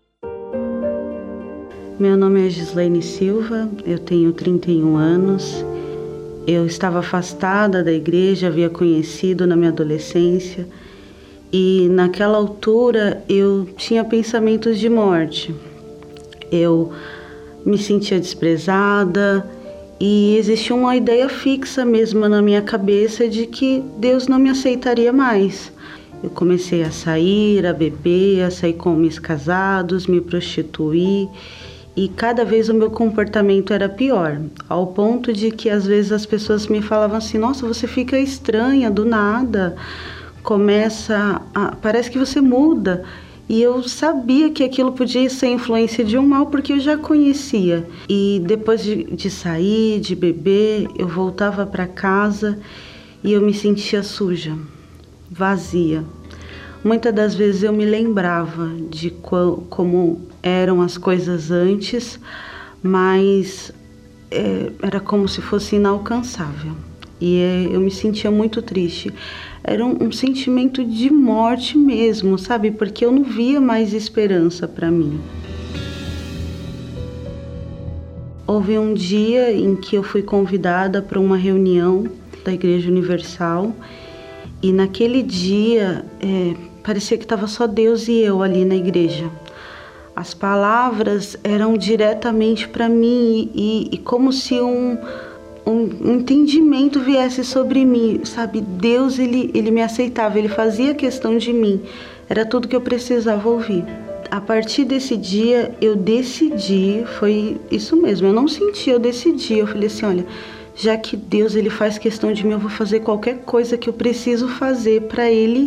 Meu nome é Gislaine Silva, eu tenho 31 anos. Eu estava afastada da igreja, havia conhecido na minha adolescência e naquela altura eu tinha pensamentos de morte. Eu me sentia desprezada e existia uma ideia fixa mesmo na minha cabeça de que Deus não me aceitaria mais. Eu comecei a sair, a beber, a sair com homens casados, me prostituir. E cada vez o meu comportamento era pior, ao ponto de que às vezes as pessoas me falavam assim: nossa, você fica estranha do nada, parece que você muda. E eu sabia que aquilo podia ser influência de um mal, porque eu já conhecia. E depois de sair, de beber, eu voltava para casa e eu me sentia suja, vazia. Muitas das vezes eu me lembrava de como eram as coisas antes, mas era como se fosse inalcançável. E eu me sentia muito triste. Era um sentimento de morte mesmo, sabe? Porque eu não via mais esperança para mim. Houve um dia em que eu fui convidada para uma reunião da Igreja Universal e naquele dia parecia que estava só Deus e eu ali na igreja. As palavras eram diretamente para mim e como se um entendimento viesse sobre mim, sabe? Deus, ele me aceitava, ele fazia questão de mim. Era tudo que eu precisava ouvir. A partir desse dia, eu decidi, foi isso mesmo, eu não senti, eu decidi. Eu falei assim, olha, já que Deus, ele faz questão de mim, eu vou fazer qualquer coisa que eu preciso fazer para ele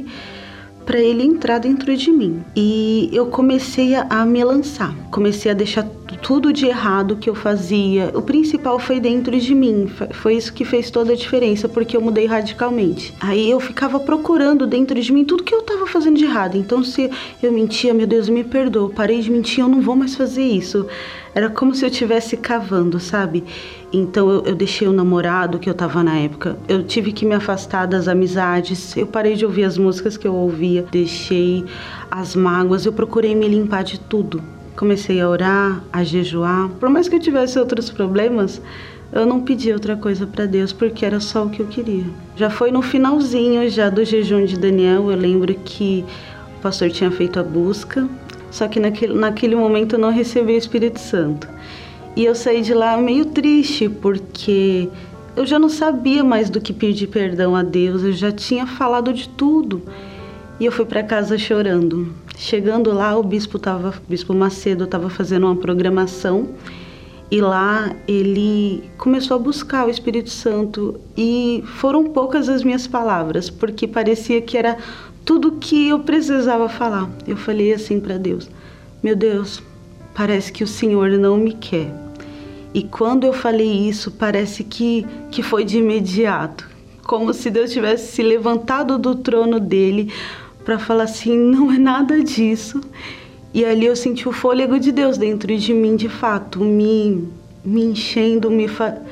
entrar dentro de mim. E eu comecei a me lançar, comecei a deixar tudo de errado que eu fazia. O principal foi dentro de mim, foi isso que fez toda a diferença, porque eu mudei radicalmente. Aí eu ficava procurando dentro de mim tudo que eu estava fazendo de errado. Então se eu mentia, meu Deus, me perdoa, parei de mentir, eu não vou mais fazer isso. Era como se eu estivesse cavando, sabe? Então eu deixei o namorado que eu tava na época, eu tive que me afastar das amizades, eu parei de ouvir as músicas que eu ouvia, deixei as mágoas, eu procurei me limpar de tudo. Comecei a orar, a jejuar. Por mais que eu tivesse outros problemas, eu não pedi outra coisa para Deus, porque era só o que eu queria. Já foi no finalzinho já do jejum de Daniel, eu lembro que o pastor tinha feito a busca, só que naquele momento eu não recebi o Espírito Santo. E eu saí de lá meio triste, porque eu já não sabia mais do que pedir perdão a Deus, eu já tinha falado de tudo. E eu fui para casa chorando. Chegando lá, o bispo Macedo estava fazendo uma programação e lá ele começou a buscar o Espírito Santo e foram poucas as minhas palavras, porque parecia que era tudo que eu precisava falar. Eu falei assim para Deus: meu Deus, parece que o Senhor não me quer. E quando eu falei isso, parece que foi de imediato, como se Deus tivesse se levantado do trono dele para falar assim, não é nada disso. E ali eu senti o fôlego de Deus dentro de mim, de fato, me enchendo,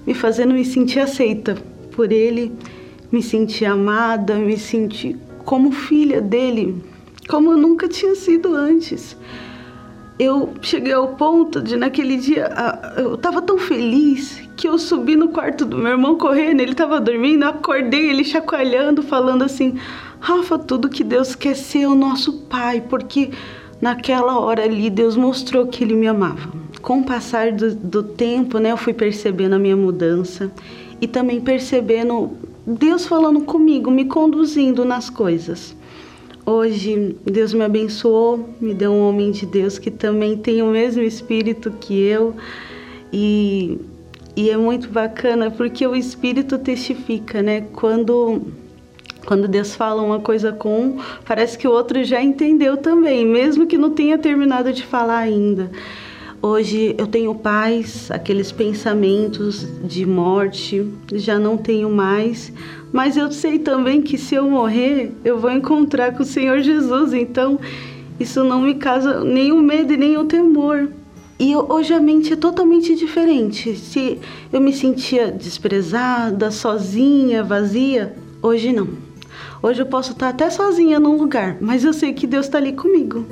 me fazendo me sentir aceita por Ele, me sentir amada, me sentir como filha dele, como eu nunca tinha sido antes. Eu cheguei ao ponto de, naquele dia, eu estava tão feliz que eu subi no quarto do meu irmão correndo, ele estava dormindo, eu acordei ele chacoalhando, falando assim: Rafa, tudo que Deus quer ser o nosso Pai, porque naquela hora ali Deus mostrou que Ele me amava. Com o passar do tempo, né, eu fui percebendo a minha mudança e também percebendo Deus falando comigo, me conduzindo nas coisas. Hoje, Deus me abençoou, me deu um homem de Deus que também tem o mesmo espírito que eu. E é muito bacana porque o espírito testifica, né? Quando Deus fala uma coisa com um, parece que o outro já entendeu também, mesmo que não tenha terminado de falar ainda. Hoje eu tenho paz, aqueles pensamentos de morte, já não tenho mais. Mas eu sei também que se eu morrer, eu vou encontrar com o Senhor Jesus. Então, isso não me causa nenhum medo e nenhum temor. E hoje a mente é totalmente diferente. Se eu me sentia desprezada, sozinha, vazia, hoje não. Hoje eu posso estar até sozinha num lugar, mas eu sei que Deus está ali comigo.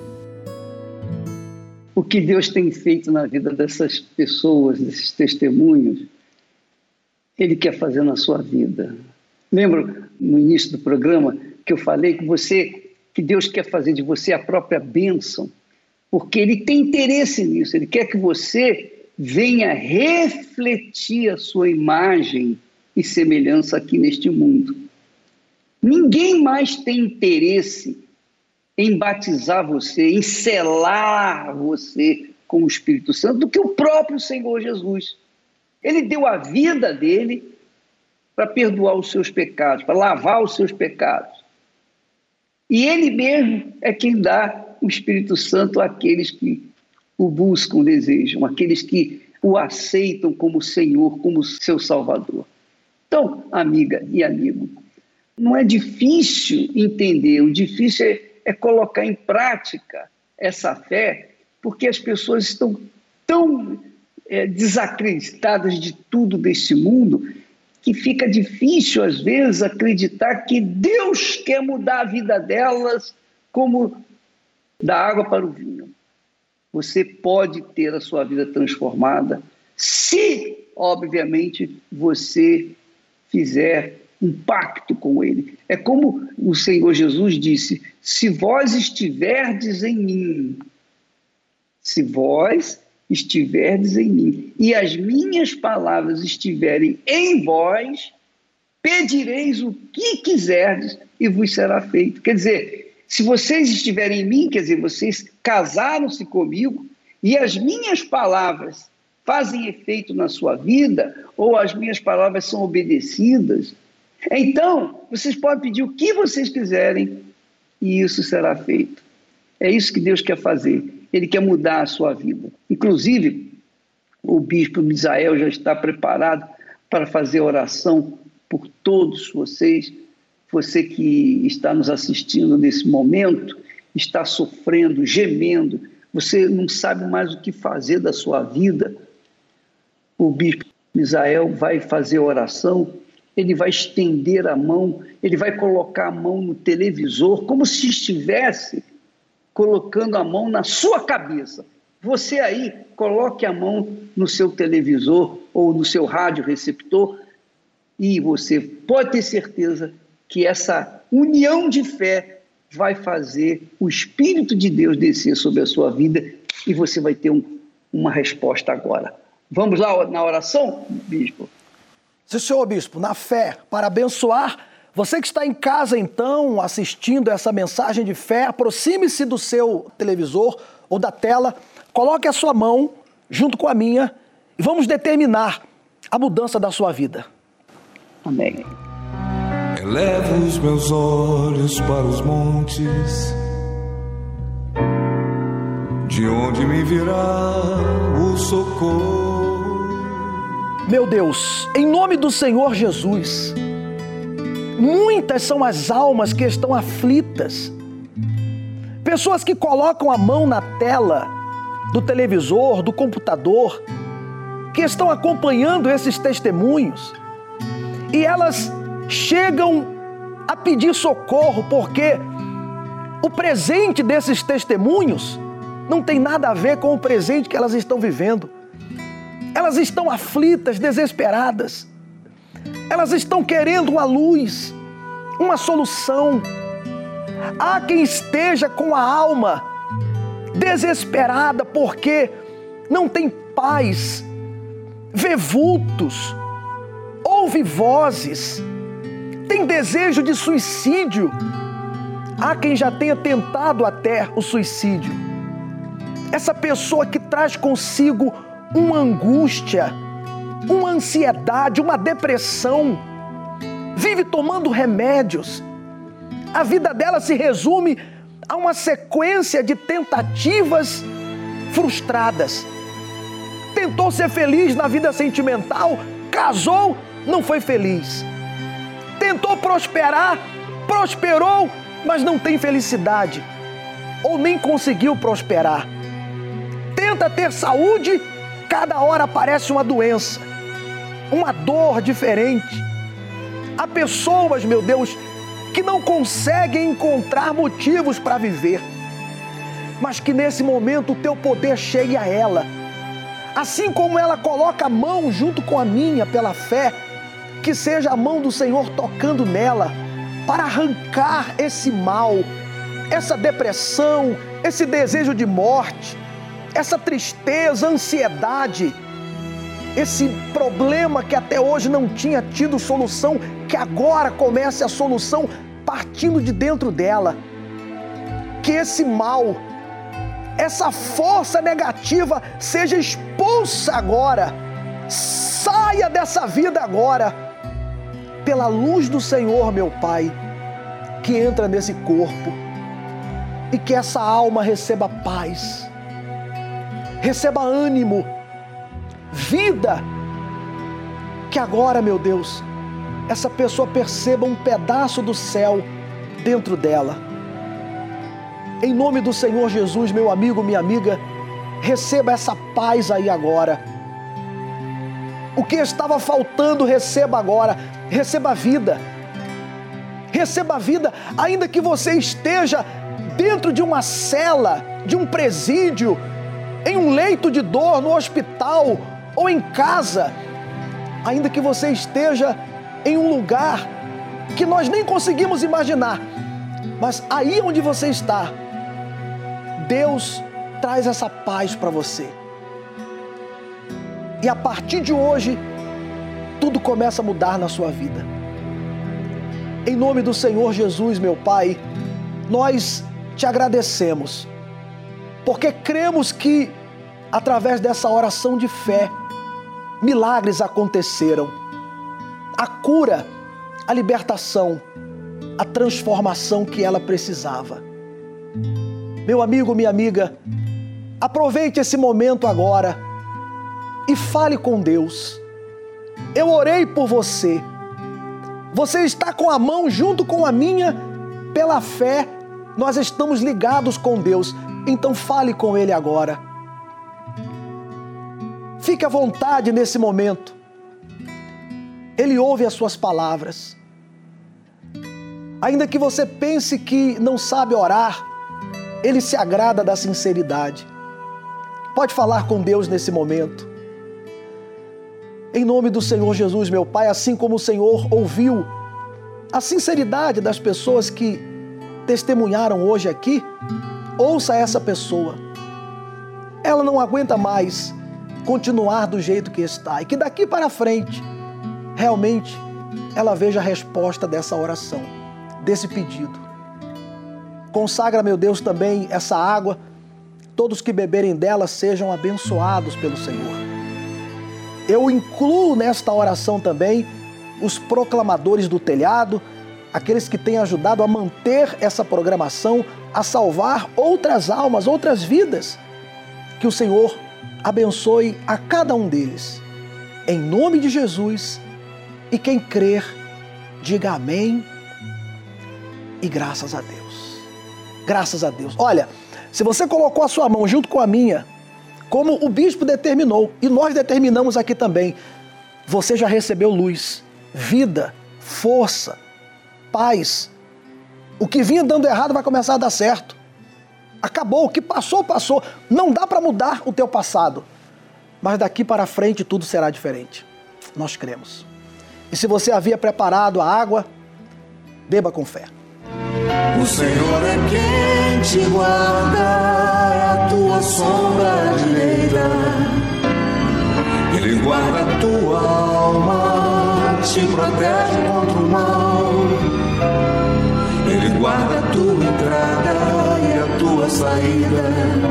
O que Deus tem feito na vida dessas pessoas, desses testemunhos, Ele quer fazer na sua vida. Lembro no início do programa que eu falei que Deus quer fazer de você a própria bênção, porque Ele tem interesse nisso. Ele quer que você venha refletir a sua imagem e semelhança aqui neste mundo. Ninguém mais tem interesse em batizar você, em selar você com o Espírito Santo do que o próprio Senhor Jesus. Ele deu a vida dele para perdoar os seus pecados, para lavar os seus pecados. E Ele mesmo é quem dá o Espírito Santo àqueles que o buscam, desejam, aqueles que o aceitam como Senhor, como seu Salvador. Então, amiga e amigo, não é difícil entender, o difícil é colocar em prática essa fé, porque as pessoas estão tão desacreditadas de tudo desse mundo que fica difícil, às vezes, acreditar que Deus quer mudar a vida delas como da água para o vinho. Você pode ter a sua vida transformada se, obviamente, você fizer um pacto com Ele. É como o Senhor Jesus disse: se vós estiverdes em mim, se vós estiverdes em mim e as minhas palavras estiverem em vós, pedireis o que quiserdes e vos será feito. Quer dizer, se vocês estiverem em mim, quer dizer, vocês casaram-se comigo e as minhas palavras fazem efeito na sua vida, ou as minhas palavras são obedecidas, então vocês podem pedir o que vocês quiserem e isso será feito. É isso que Deus quer fazer. Ele quer mudar a sua vida. Inclusive, o bispo Misael já está preparado para fazer oração por todos vocês. Você que está nos assistindo nesse momento, está sofrendo, gemendo, você não sabe mais o que fazer da sua vida. O bispo Misael vai fazer oração, ele vai estender a mão, ele vai colocar a mão no televisor, como se estivesse colocando a mão na sua cabeça. Você aí, coloque a mão no seu televisor ou no seu rádio receptor e você pode ter certeza que essa união de fé vai fazer o Espírito de Deus descer sobre a sua vida e você vai ter uma resposta agora. Vamos lá na oração, bispo? Sim, senhor bispo, na fé, para abençoar. Você que está em casa, então, assistindo essa mensagem de fé, aproxime-se do seu televisor ou da tela, coloque a sua mão junto com a minha e vamos determinar a mudança da sua vida. Amém. Elevo os meus olhos para os montes, de onde me virá o socorro. Meu Deus, em nome do Senhor Jesus, muitas são as almas que estão aflitas. Pessoas que colocam a mão na tela do televisor, do computador, que estão acompanhando esses testemunhos e elas chegam a pedir socorro porque o presente desses testemunhos não tem nada a ver com o presente que elas estão vivendo. Elas estão aflitas, desesperadas. Elas estão querendo uma luz, uma solução. Há quem esteja com a alma desesperada porque não tem paz, vê vultos, ouve vozes, tem desejo de suicídio. Há quem já tenha tentado até o suicídio. Essa pessoa que traz consigo uma angústia, uma ansiedade, uma depressão, vive tomando remédios. A vida dela se resume a uma sequência de tentativas frustradas. Tentou ser feliz na vida sentimental, casou, não foi feliz. Tentou prosperar, prosperou, mas não tem felicidade, ou nem conseguiu prosperar. Tenta ter saúde, cada hora aparece uma doença, uma dor diferente. Há pessoas, meu Deus, que não conseguem encontrar motivos para viver, mas que nesse momento o teu poder chegue a ela. Assim como ela coloca a mão junto com a minha pela fé, que seja a mão do Senhor tocando nela para arrancar esse mal, essa depressão, esse desejo de morte, essa tristeza, ansiedade, esse problema que até hoje não tinha tido solução, que agora comece a solução partindo de dentro dela. Que esse mal, essa força negativa seja expulsa agora, saia dessa vida agora, pela luz do Senhor, meu Pai, que entra nesse corpo, e que essa alma receba paz, receba ânimo, vida, que agora, meu Deus, essa pessoa perceba um pedaço do céu dentro dela. Em nome do Senhor Jesus, meu amigo, minha amiga, receba essa paz aí agora. O que estava faltando, receba agora. Receba a vida. Receba a vida, ainda que você esteja dentro de uma cela, de um presídio, em um leito de dor, no hospital ou em casa. Ainda que você esteja em um lugar que nós nem conseguimos imaginar. Mas aí onde você está, Deus traz essa paz para você. E a partir de hoje, tudo começa a mudar na sua vida. Em nome do Senhor Jesus, meu Pai, nós te agradecemos, porque cremos que, através dessa oração de fé, milagres aconteceram. A cura, a libertação, a transformação que ela precisava. Meu amigo, minha amiga, aproveite esse momento agora e fale com Deus. Eu orei por você. Você está com a mão junto com a minha, pela fé, nós estamos ligados com Deus. Então fale com Ele agora. Fique à vontade nesse momento. Ele ouve as suas palavras. Ainda que você pense que não sabe orar, Ele se agrada da sinceridade. Pode falar com Deus nesse momento. Em nome do Senhor Jesus, meu Pai, assim como o Senhor ouviu a sinceridade das pessoas que testemunharam hoje aqui, ouça essa pessoa. Ela não aguenta mais continuar do jeito que está, e que daqui para frente, realmente, ela veja a resposta dessa oração, desse pedido. Consagra, meu Deus, também essa água, todos que beberem dela sejam abençoados pelo Senhor. Eu incluo nesta oração também os proclamadores do telhado, aqueles que têm ajudado a manter essa programação, a salvar outras almas, outras vidas. Que o Senhor abençoe a cada um deles. Em nome de Jesus, e quem crer, diga amém e graças a Deus. Graças a Deus. Olha, se você colocou a sua mão junto com a minha, como o bispo determinou, e nós determinamos aqui também. Você já recebeu luz, vida, força, paz. O que vinha dando errado vai começar a dar certo. Acabou, o que passou, passou. Não dá para mudar o teu passado. Mas daqui para frente tudo será diferente. Nós cremos. E se você havia preparado a água, beba com fé. O Senhor é quem te guarda, é a tua sombra direita. Ele guarda a tua alma, te protege contra o mal. Ele guarda a tua entrada e a tua saída,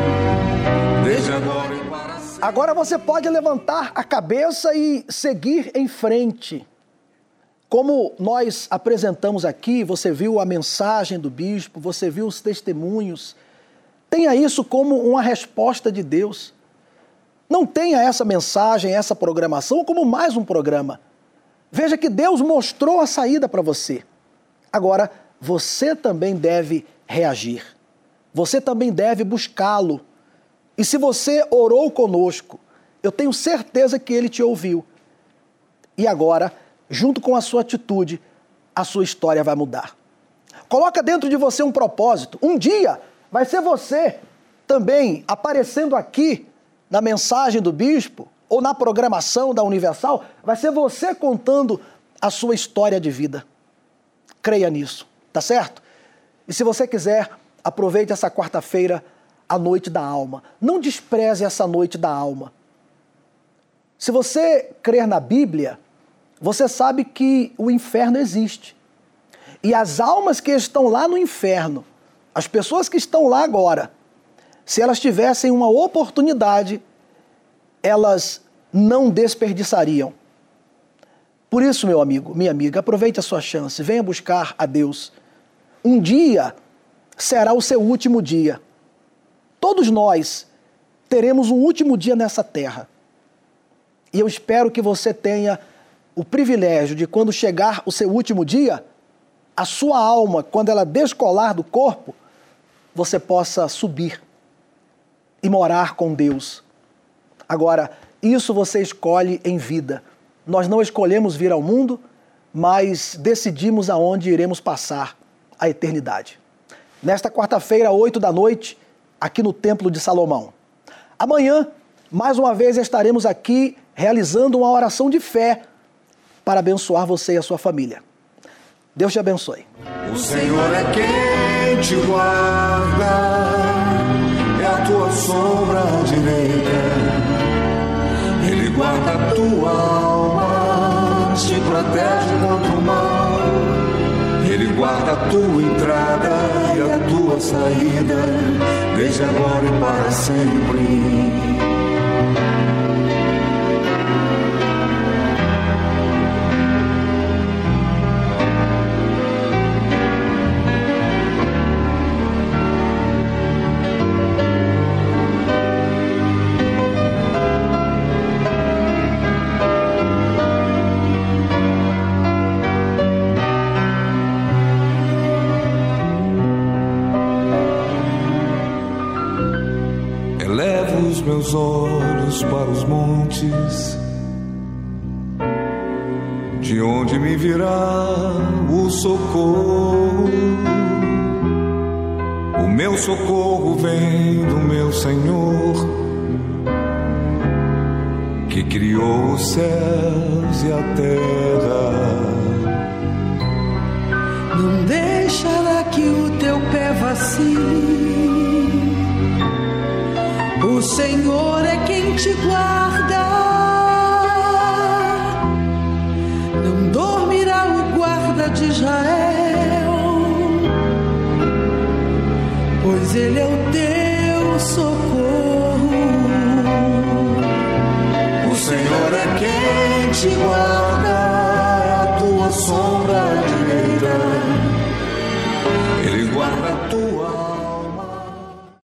desde agora e para sempre. Agora você pode levantar a cabeça e seguir em frente. Como nós apresentamos aqui, você viu a mensagem do bispo, você viu os testemunhos. Tenha isso como uma resposta de Deus. Não tenha essa mensagem, essa programação como mais um programa. Veja que Deus mostrou a saída para você. Agora, você também deve reagir. Você também deve buscá-lo. E se você orou conosco, eu tenho certeza que Ele te ouviu. E agora, junto com a sua atitude, a sua história vai mudar. Coloca dentro de você um propósito. Um dia vai ser você também aparecendo aqui na mensagem do bispo ou na programação da Universal, vai ser você contando a sua história de vida. Creia nisso, tá certo? E se você quiser, aproveite essa quarta-feira, a noite da alma. Não despreze essa noite da alma. Se você crer na Bíblia, você sabe que o inferno existe. E as almas que estão lá no inferno, as pessoas que estão lá agora, se elas tivessem uma oportunidade, elas não desperdiçariam. Por isso, meu amigo, minha amiga, aproveite a sua chance, venha buscar a Deus. Um dia será o seu último dia. Todos nós teremos um último dia nessa terra. E eu espero que você tenha o privilégio de, quando chegar o seu último dia, a sua alma, quando ela descolar do corpo, você possa subir e morar com Deus. Agora, isso você escolhe em vida. Nós não escolhemos vir ao mundo, mas decidimos aonde iremos passar a eternidade. Nesta quarta-feira, 20h, aqui no Templo de Salomão. Amanhã, mais uma vez, estaremos aqui realizando uma oração de fé para abençoar você e a sua família. Deus te abençoe. O Senhor é quem te guarda, é a tua sombra direita. Ele guarda a tua alma, te protege contra o mal. Ele guarda a tua entrada e a tua saída, desde agora e para sempre. Meus olhos para os montes, de onde me virá o socorro. O meu socorro vem do meu Senhor, que criou os céus e a terra. Não deixará que o teu pé vacile. O Senhor é quem te guarda, não dormirá o guarda de Israel, pois Ele é o teu socorro. O Senhor é quem te guarda, é a tua sombra direita. Ele guarda a tua